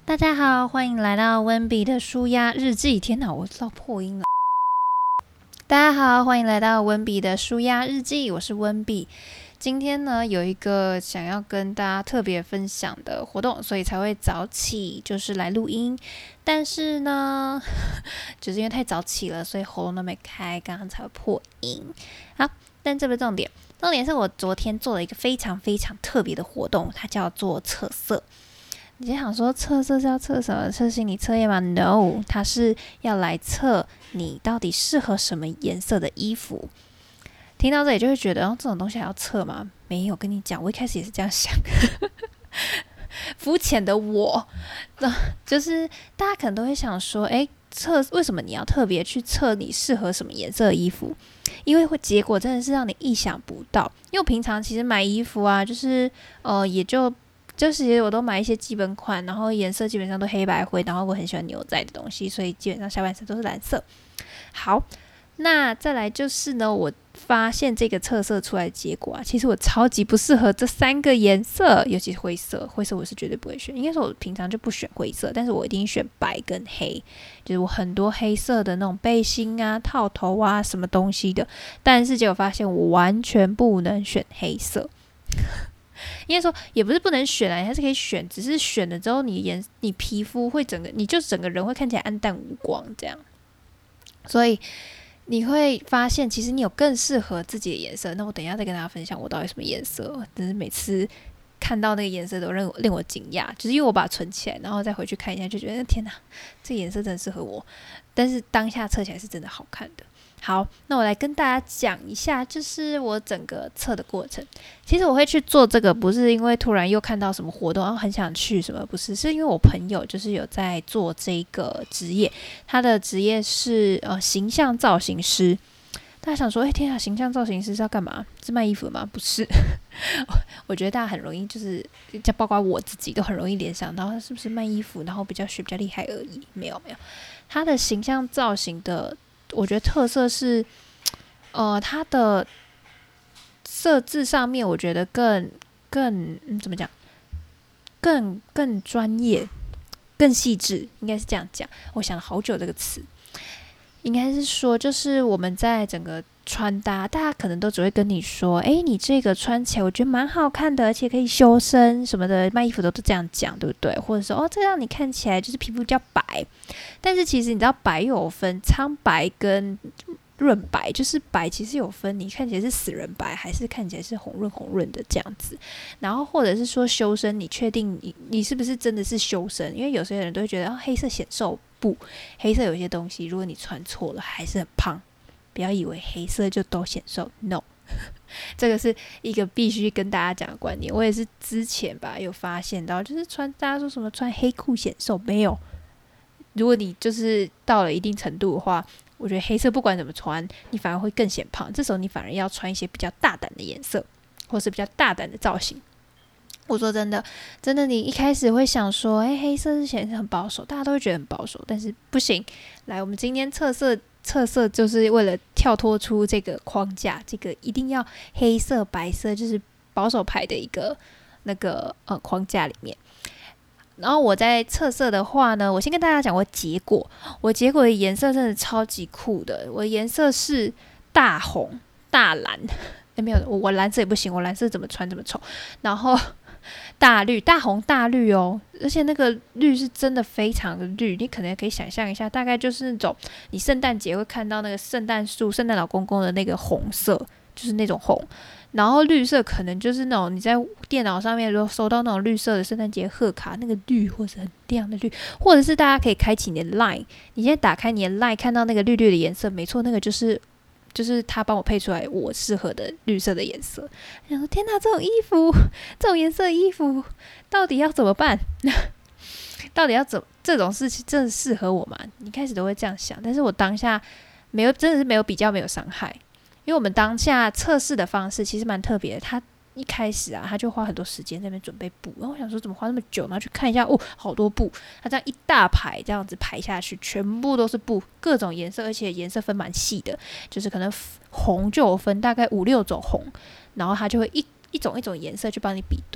大家好，欢迎来到温比的舒压日记。天哪，我到破音了。大家好，欢迎来到温比的舒压日记，我是温比。今天呢，有一个想要跟大家特别分享的活动，所以才会早起，就是来录音。但是呢，就是因为太早起了，所以喉咙都没开，刚刚才会破音。好，但这不是重点，重点是我昨天做了一个非常非常特别的活动，它叫做测色。你就想说测色是要测什么？测心理测验吗 ？No， 它是要来测你到底适合什么颜色的衣服。听到这里就会觉得，这种东西还要测吗？没有，跟你讲，我一开始也是这样想。肤浅的我，就是大家可能都会想说，为什么你要特别去测你适合什么颜色的衣服？因为结果真的是让你意想不到。因为我平常其实买衣服啊，就是也就是我都买一些基本款，然后颜色基本上都黑白灰，然后我很喜欢牛仔的东西，所以基本上下半身都是蓝色。好，那再来就是呢，我发现这个测色出来的结果啊，其实我超级不适合这3个颜色，尤其是灰色。灰色我是绝对不会选，应该说我平常就不选灰色，但是我一定选白跟黑，就是我很多黑色的那种背心啊、套头啊什么东西的，但是结果发现我完全不能选黑色。应该说也不是不能选啊，你还是可以选，只是选了之后你皮肤会你就整个人会看起来暗淡无光这样，所以你会发现其实你有更适合自己的颜色。那我等一下再跟大家分享我到底什么颜色，但是每次看到那个颜色都令我惊讶，就是因为我把它存起来，然后再回去看一下，就觉得天哪，这个颜色真的适合我，但是当下测起来是真的好看的。好，那我来跟大家讲一下，就是我整个测的过程。其实我会去做这个，不是因为突然又看到什么活动，然后很想去什么，不是，是因为我朋友就是有在做这个职业，他的职业是形象造型师。大家想说，天啊，形象造型师是要干嘛？是卖衣服吗？不是。我觉得大家很容易就包括我自己都很容易联想到他是不是卖衣服，然后比较学比较厉害而已。没有，他的形象造型的。我觉得特色是，它的设置上面，我觉得更怎么讲，更专业、更细致，应该是这样讲。我想了好久这个词，应该是说，就是我们在整个穿搭，大家可能都只会跟你说，你这个穿起来我觉得蛮好看的，而且可以修身什么的，卖衣服都这样讲，对不对？或者说，这让你看起来就是皮肤比较白。但是其实你知道白又有分苍白跟润白，就是白其实有分你看起来是死人白还是看起来是红润的这样子。然后或者是说修身，你确定你是不是真的是修身？因为有些人都会觉得黑色显瘦，不，黑色有些东西如果你穿错了还是很胖，不要以为黑色就都显瘦 ，no。这个是一个必须跟大家讲的观念。我也是之前吧有发现到，就是大家说什么穿黑裤显瘦，没有。如果你就是到了一定程度的话，我觉得黑色不管怎么穿，你反而会更显胖。这时候你反而要穿一些比较大胆的颜色，或是比较大胆的造型。我说真的，你一开始会想说，黑色是显得很保守，大家都会觉得很保守，但是不行。来，我们今天测色就是为了跳脱出这个框架，这个一定要黑色、白色，就是保守派的一个框架里面。然后我在测色的话呢，我先跟大家讲我结果的颜色真的超级酷的。我的颜色是大红大蓝，没有，我蓝色也不行，我蓝色怎么穿怎么丑。然后大绿，大红大绿哦，而且那个绿是真的非常的绿，你可能可以想象一下，大概就是那种你圣诞节会看到那个圣诞树、圣诞老公公的那个红色，就是那种红。然后绿色可能就是那种你在电脑上面如果收到那种绿色的圣诞节贺卡，那个绿或者很亮的绿，或者是大家可以开启你的 LINE， 你现在打开你的 LINE 看到那个绿绿的颜色，没错，那个就是他帮我配出来我适合的绿色的颜色。然后天哪，这种衣服，这种颜色的衣服到底要怎么办？到底要这种事情真的适合我吗？你开始都会这样想，但是我当下真的是没有比较，没有伤害。因为我们当下测试的方式其实蛮特别的，他一开始啊，他就花很多时间在那边准备布，然后我想说怎么花那么久，然后去看一下，好多布，他这样一大排这样子排下去，全部都是布，各种颜色，而且颜色分蛮细的，就是可能红就有分大概5-6种红，然后他就会一种一种颜色去帮你比对。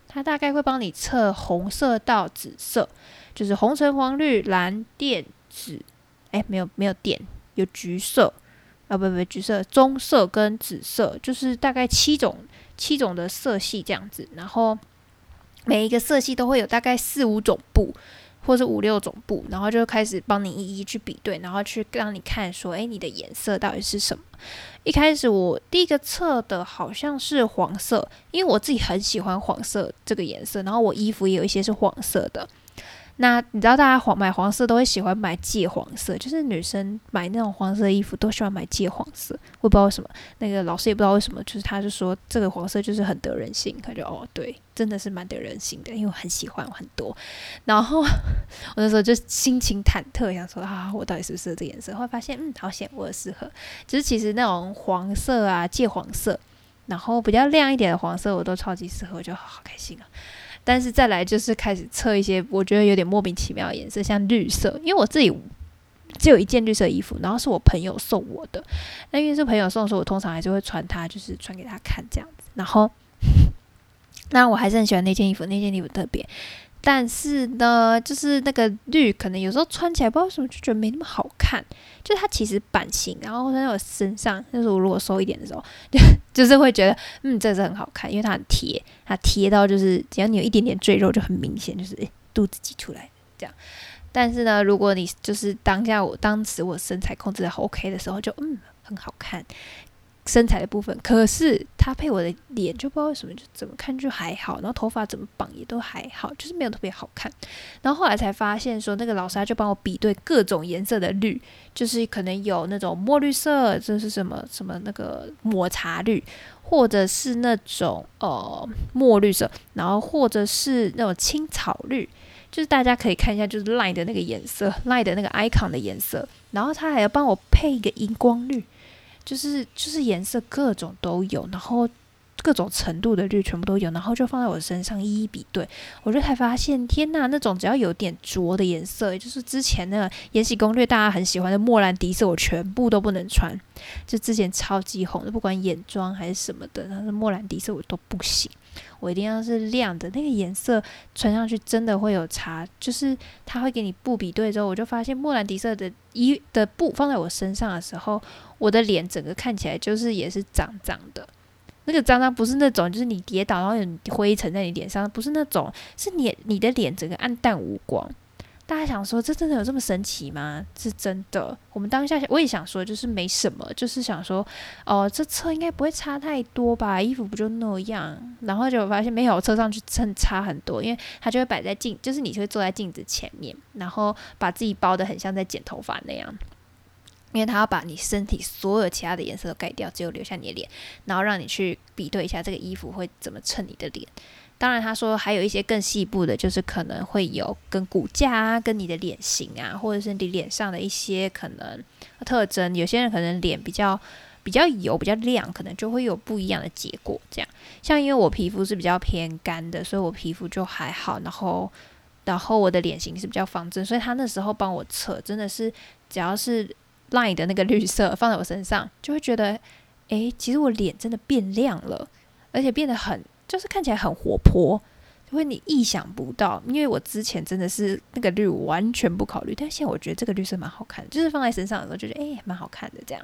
它大概会帮你测红色到紫色，就是红橙黄绿蓝靛紫，没有靛，有橘色不橘色，棕色跟紫色，就是大概七种的色系这样子。然后每一个色系都会有大概4-5种布，或者5-6种布，然后就开始帮你一一去比对，然后去让你看说，你的颜色到底是什么。一开始我第一个测的好像是黄色，因为我自己很喜欢黄色这个颜色，然后我衣服也有一些是黄色的。那你知道大家买黄色都会喜欢买芥黄色，就是女生买那种黄色的衣服都喜欢买芥黄色，我也不知道为什么，那个老师也不知道为什么，就是他就说这个黄色就是很得人心，他就对，真的是蛮得人心的，因为我很喜欢很多。然后我那时候就心情忐忑，想说我到底是不是适合这个颜色，后来发现好险我适合，就是其实那种黄色啊芥黄色，然后比较亮一点的黄色我都超级适合，我就好开心啊。但是再来就是开始测一些我觉得有点莫名其妙的颜色，像绿色，因为我自己只有一件绿色衣服，然后是我朋友送我的。那因为是朋友送的时候，我通常还是会穿它，就是穿给他看这样子。然后，那我还是很喜欢那件衣服，那件衣服特别。但是呢，就是那个绿可能有时候穿起来不知道为什么就觉得没那么好看，就是它其实版型，然后在我身上，就是我如果收一点的时候，就是会觉得这是很好看，因为它很贴，它贴到就是只要你有一点点赘肉就很明显，就是肚子挤出来这样。但是呢，如果你就是当时我身材控制的 OK 的时候，就很好看。身材的部分，可是它配我的脸就不知道为什么就怎么看就还好，然后头发怎么绑也都还好，就是没有特别好看。然后后来才发现说，那个老师他就帮我比对各种颜色的绿，就是可能有那种墨绿色，这是什么那个抹茶绿，或者是那种墨绿色，然后或者是那种青草绿。就是大家可以看一下，就是 LINE 的那个颜色 ，LINE 的那个 icon 的颜色，然后他还要帮我配一个荧光绿。就是颜色各种都有，然后各种程度的绿全部都有，然后就放在我身上一一比对，我就才发现天哪，那种只要有点浊的颜色，就是之前那个《延禧攻略》大家很喜欢的莫兰迪色，我全部都不能穿，就之前超级红的，不管眼妆还是什么的，但是莫兰迪色我都不行，我一定要是亮的那个颜色，穿上去真的会有差，就是它会给你布比对之后，我就发现莫兰迪色的布放在我身上的时候，我的脸整个看起来就是也是脏脏的。那个脏脏不是那种就是你跌倒然后有灰尘在你脸上，不是那种，是你的脸整个暗淡无光。大家想说这真的有这么神奇吗？是真的。我们当下我也想说就是没什么，就是想说这测应该不会差太多吧，衣服不就那样，然后就发现没有，测上去真差很多，因为它就会摆在就是你会坐在镜子前面，然后把自己包得很像在剪头发那样，因为它要把你身体所有其他的颜色都盖掉，只有留下你的脸，然后让你去比对一下这个衣服会怎么衬你的脸。当然他说还有一些更细部的，就是可能会有跟骨架啊，跟你的脸型啊，或者是你脸上的一些可能特征，有些人可能脸比较油比较亮，可能就会有不一样的结果这样。像因为我皮肤是比较偏干的，所以我皮肤就还好，然后我的脸型是比较方正，所以他那时候帮我测，真的是只要是 LINE 的那个绿色放在我身上，就会觉得其实我脸真的变亮了，而且变得就是看起来很活泼，就会你意想不到。因为我之前真的是那个绿我完全不考虑，但现在我觉得这个绿色蛮好看的，就是放在身上的时候就觉得蛮好看的这样。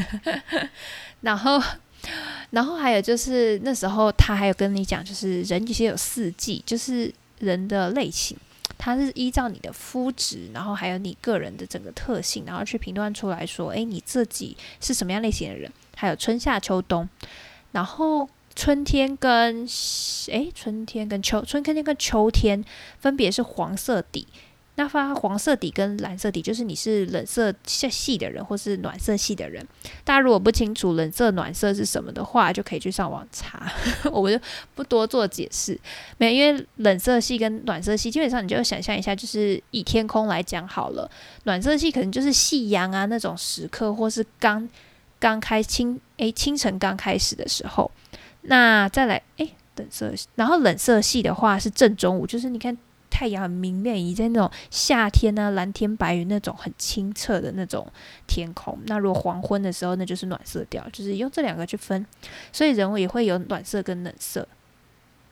然后还有就是那时候他还有跟你讲，就是人其实有4季，就是人的类型，它是依照你的肤质，然后还有你个人的整个特性，然后去评断出来说你自己是什么样类型的人，还有春夏秋冬。然后春天跟秋天分别是黄色底，那发黄色底跟蓝色底，就是你是冷色系的人或是暖色系的人。大家如果不清楚冷色暖色是什么的话，就可以去上网查我就不多做解释。没有，因为冷色系跟暖色系基本上你就想象一下，就是以天空来讲好了，暖色系可能就是夕阳啊那种时刻，或是清晨刚开始的时候。那再来然后冷色系的话是正中午，就是你看太阳很明亮，以在那种夏天啊蓝天白云那种很清澈的那种天空。那如果黄昏的时候，那就是暖色调，就是用这2个去分，所以人也会有暖色跟冷色。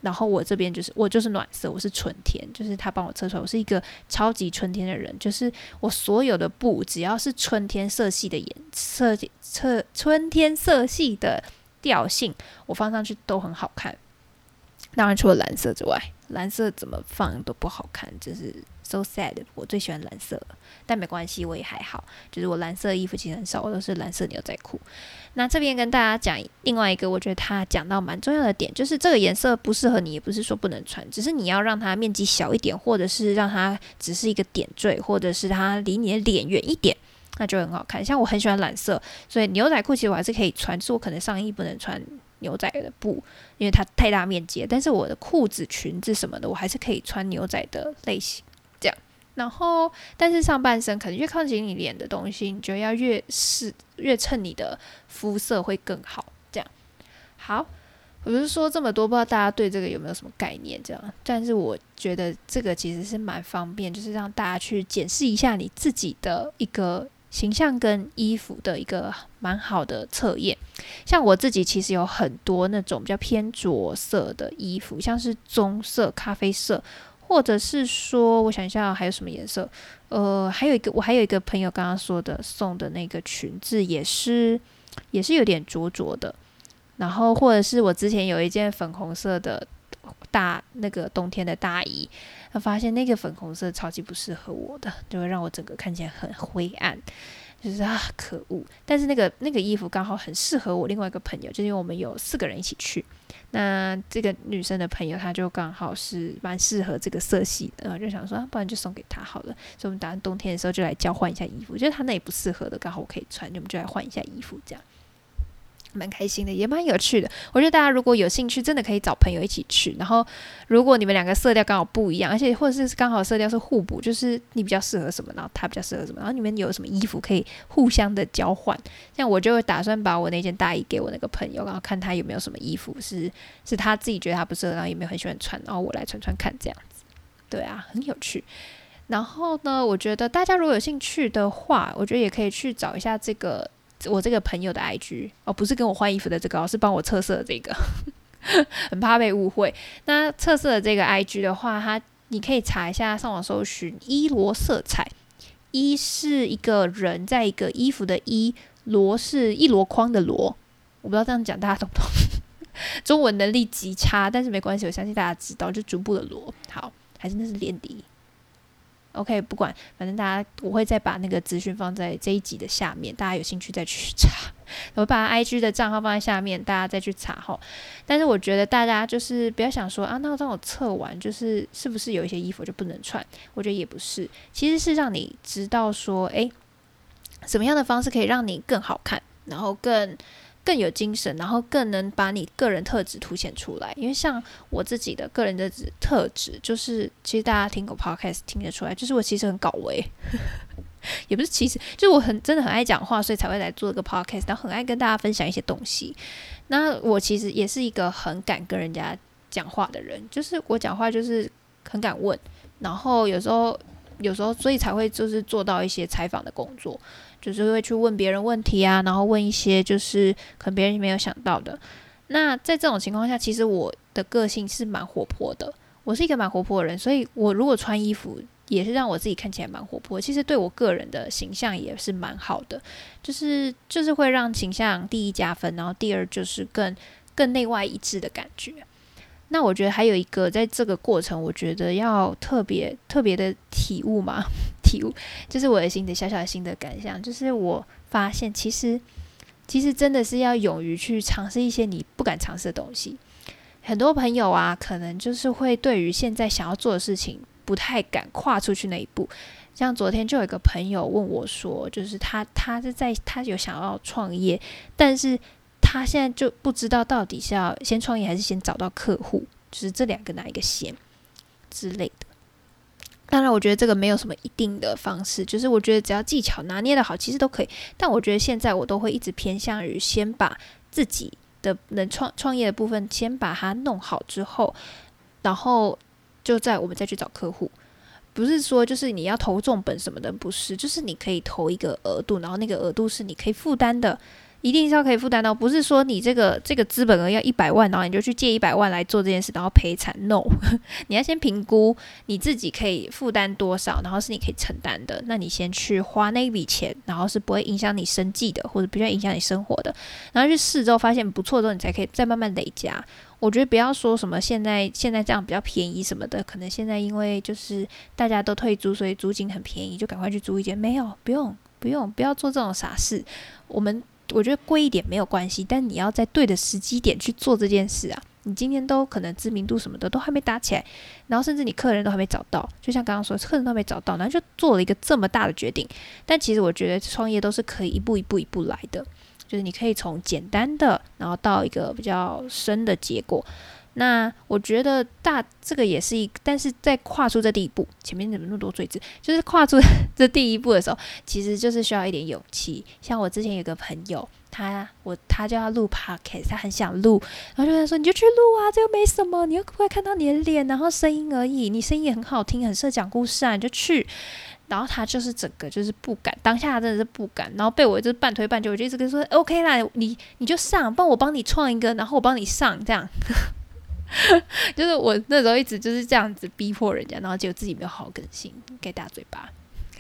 然后我这边就是暖色，我是春天，就是他帮我测出来，我是一个超级春天的人，就是我所有的布只要是春天色系的春天色系的调性，我放上去都很好看。当然除了蓝色之外，蓝色怎么放都不好看，就是 so sad。 我最喜欢蓝色了，但没关系，我也还好，就是我蓝色的衣服其实很少，我都是蓝色牛仔裤。那这边跟大家讲另外一个我觉得他讲到蛮重要的点，就是这个颜色不适合你，也不是说不能穿，只是你要让它面积小一点，或者是让它只是一个点缀，或者是它离你的脸远一点，那就很好看。像我很喜欢蓝色，所以牛仔裤其实我还是可以穿，就是我可能上衣不能穿牛仔的布，因为它太大面积了，但是我的裤子裙子什么的我还是可以穿牛仔的类型这样。然后但是上半身可能越靠近你脸的东西，你就要越衬你的肤色会更好这样。好，我就是说这么多，不知道大家对这个有没有什么概念这样，但是我觉得这个其实是蛮方便，就是让大家去检视一下你自己的一个形象跟衣服的一个蛮好的测验。像我自己其实有很多那种比较偏着色的衣服，像是棕色、咖啡色，或者是说我想一下还有什么颜色，我还有一个朋友刚刚说的送的那个裙子也是有点着的，然后或者是我之前有一件粉红色的那个冬天的大衣，发现那个粉红色超级不适合我的，就会让我整个看起来很灰暗，就是可恶。但是那个衣服刚好很适合我另外一个朋友，就是因为我们有4个人一起去，那这个女生的朋友她就刚好是蛮适合这个色系的，然后就想说不然就送给她好了，所以我们打算冬天的时候就来交换一下衣服，就是她那里不适合的刚好我可以穿，我们就来换一下衣服这样。蛮开心的，也蛮有趣的。我觉得大家如果有兴趣，真的可以找朋友一起去。然后，如果你们两个色调刚好不一样，而且或者是刚好色调是互补，就是你比较适合什么，然后他比较适合什么，然后你们有什么衣服可以互相的交换。像我就打算把我那件大衣给我那个朋友，然后看他有没有什么衣服是他自己觉得他不适合，然后也没有很喜欢穿，然后我来穿穿看这样子。对啊，很有趣。然后呢，我觉得大家如果有兴趣的话，我觉得也可以去找一下我这个朋友的 IG 不是跟我换衣服的这个，是帮我测色的这个很怕被误会。那测色的这个 IG 的话，你可以查一下，上网搜寻伊罗色彩，伊是一个人在一个衣服的伊，罗是一箩筐的箩，我不知道这样讲大家懂不懂中文能力极差，但是没关系，我相信大家知道，就逐步的箩。好，还是那是连底OK， 不管，反正我会再把那个资讯放在这一集的下面，大家有兴趣再去查。我把 IG 的账号放在下面，大家再去查齁。但是我觉得大家就是不要想说那让我测完就是是不是有一些衣服就不能穿？我觉得也不是，其实是让你知道说，什么样的方式可以让你更好看，然后更有精神，然后更能把你个人特质凸显出来。因为像我自己的个人的特质，就是其实大家听过 podcast 听得出来，就是我其实很搞维也不是其实，就是我真的很爱讲话，所以才会来做一个 podcast， 然后很爱跟大家分享一些东西。那我其实也是一个很敢跟人家讲话的人，就是我讲话就是很敢问，然后有时候所以才会就是做到一些采访的工作，就是会去问别人问题啊，然后问一些就是可能别人没有想到的。那在这种情况下，其实我的个性是蛮活泼的，我是一个蛮活泼的人，所以我如果穿衣服也是让我自己看起来蛮活泼，其实对我个人的形象也是蛮好的，就是会让形象第一加分，然后第二就是更内外一致的感觉。那我觉得还有一个在这个过程，我觉得要特别的体悟就是我的小小的心得感想，就是我发现其实真的是要勇于去尝试一些你不敢尝试的东西。很多朋友可能就是会对于现在想要做的事情不太敢跨出去那一步。像昨天就有一个朋友问我说，就是他有想要创业，但是他现在就不知道到底是要先创业还是先找到客户，就是这两个哪一个先之类的。当然我觉得这个没有什么一定的方式，就是我觉得只要技巧拿捏的好其实都可以，但我觉得现在我都会一直偏向于先把自己的能创业的部分先把它弄好之后，然后我们再去找客户。不是说就是你要投重本什么的，不是，就是你可以投一个额度，然后那个额度是你可以负担的， 一定是要可以负担到，不是说你这个资本额要100万，然后你就去借100万来做这件事，然后赔惨。No， 你要先评估你自己可以负担多少，然后是你可以承担的，那你先去花那一笔钱，然后是不会影响你生计的，或者不会影响你生活的，然后去试之后发现不错之后，你才可以再慢慢累加。我觉得不要说什么现在这样比较便宜什么的，可能现在因为就是大家都退租，所以租金很便宜，就赶快去租一间。没有，不要做这种傻事。我觉得贵一点没有关系，但你要在对的时机点去做这件事啊。你今天都可能知名度什么的都还没打起来，然后甚至你客人都还没找到，就像刚刚说客人都还没找到，然后就做了一个这么大的决定。但其实我觉得创业都是可以一步一步来的，就是你可以从简单的，然后到一个比较深的结果。那我觉得这个也是但是在跨出这第一步，前面怎么那么多罪字？就是跨出这第一步的时候，其实就是需要一点勇气。像我之前有个朋友，他叫他录 podcast， 他很想录，然后就跟他说：“你就去录啊，这又没什么，你又不会看到你的脸，然后声音而已，你声音也很好听，很适合讲故事啊，你就去。”然后他就是整个就是不敢，当下他真的是不敢，然后被我就是半推半就，我就一直跟他说 OK 啦，你就上，我帮你创一个，然后我帮你上这样。就是我那时候一直就是这样子逼迫人家，然后结果自己没有好好更新，给大嘴巴。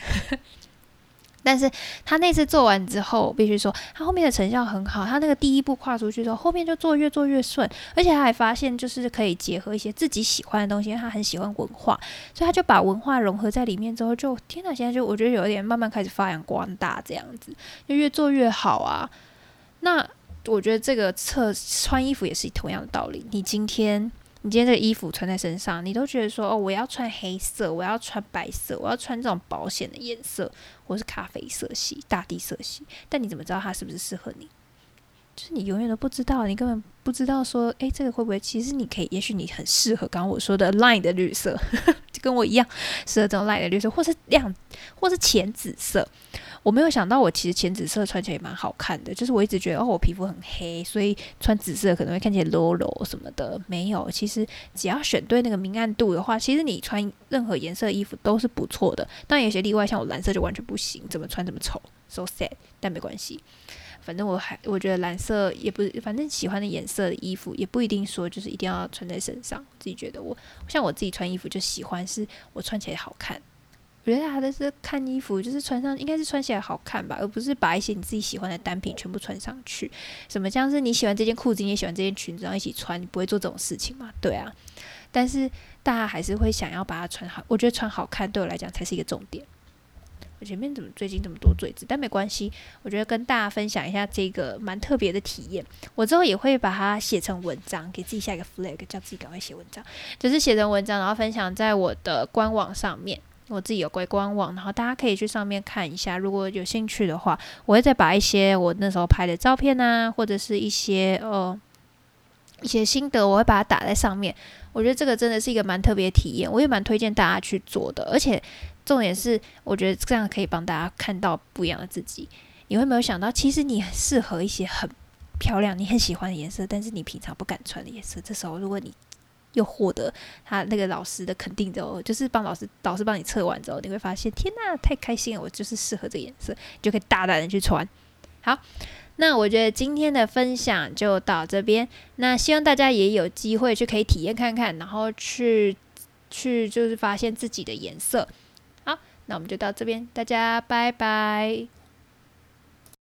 但是他那次做完之后，我必须说他后面的成效很好，他那个第一步跨出去之后，后面就越做越顺，而且他还发现就是可以结合一些自己喜欢的东西，因为他很喜欢文化，所以他就把文化融合在里面之后，就天哪，现在就我觉得有一点慢慢开始发扬光大这样子，就越做越好啊。那我觉得这个穿衣服也是同样的道理，你今天这个衣服穿在身上，你都觉得说我要穿黑色，我要穿白色，我要穿这种保险的颜色，或是咖啡色系、大地色系，但你怎么知道它是不是适合你？就是你永远都不知道，你根本不知道说，这个会不会？其实你可以，也许你很适合刚刚我说的 line 的绿色，就跟我一样适合这种 line 的绿色，或是或是浅紫色。我没有想到，我其实浅紫色穿起来也蛮好看的。就是我一直觉得，我皮肤很黑，所以穿紫色可能会看起来 low 什么的。没有，其实只要选对那个明暗度的话，其实你穿任何颜色的衣服都是不错的。当然有些例外，像我蓝色就完全不行，怎么穿怎么丑 ，so sad。但没关系，反正我觉得蓝色也不是，反正喜欢的颜色的衣服也不一定说就是一定要穿在身上。我自己觉得像我自己穿衣服就喜欢是我穿起来好看。我觉得他的是看衣服，就是穿上应该是穿起来好看吧，而不是把一些你自己喜欢的单品全部穿上去。什么像是你喜欢这件裤子，你也喜欢这件裙子，然后一起穿，你不会做这种事情嘛？对啊。但是大家还是会想要把它穿好，我觉得穿好看对我来讲才是一个重点。我前面怎么最近这么多罪字？但没关系，我觉得跟大家分享一下这个蛮特别的体验。我之后也会把它写成文章，给自己下一个 flag， 叫自己赶快写文章，就是写成文章，然后分享在我的官网上面。我自己有官网，然后大家可以去上面看一下，如果有兴趣的话，我会再把一些我那时候拍的照片啊，或者是一些心得，我会把它打在上面。我觉得这个真的是一个蛮特别的体验，我也蛮推荐大家去做的。而且重点是，我觉得这样可以帮大家看到不一样的自己。你会没有想到，其实你很适合一些很漂亮、你很喜欢的颜色，但是你平常不敢穿的颜色。这时候，如果你又获得他那个老师的肯定之后，就是帮老师帮你测完之后，你会发现天哪，太开心了，我就是适合这个颜色，你就可以大胆的去穿。好，那我觉得今天的分享就到这边，那希望大家也有机会去可以体验看看，然后去就是发现自己的颜色。好，那我们就到这边，大家拜拜。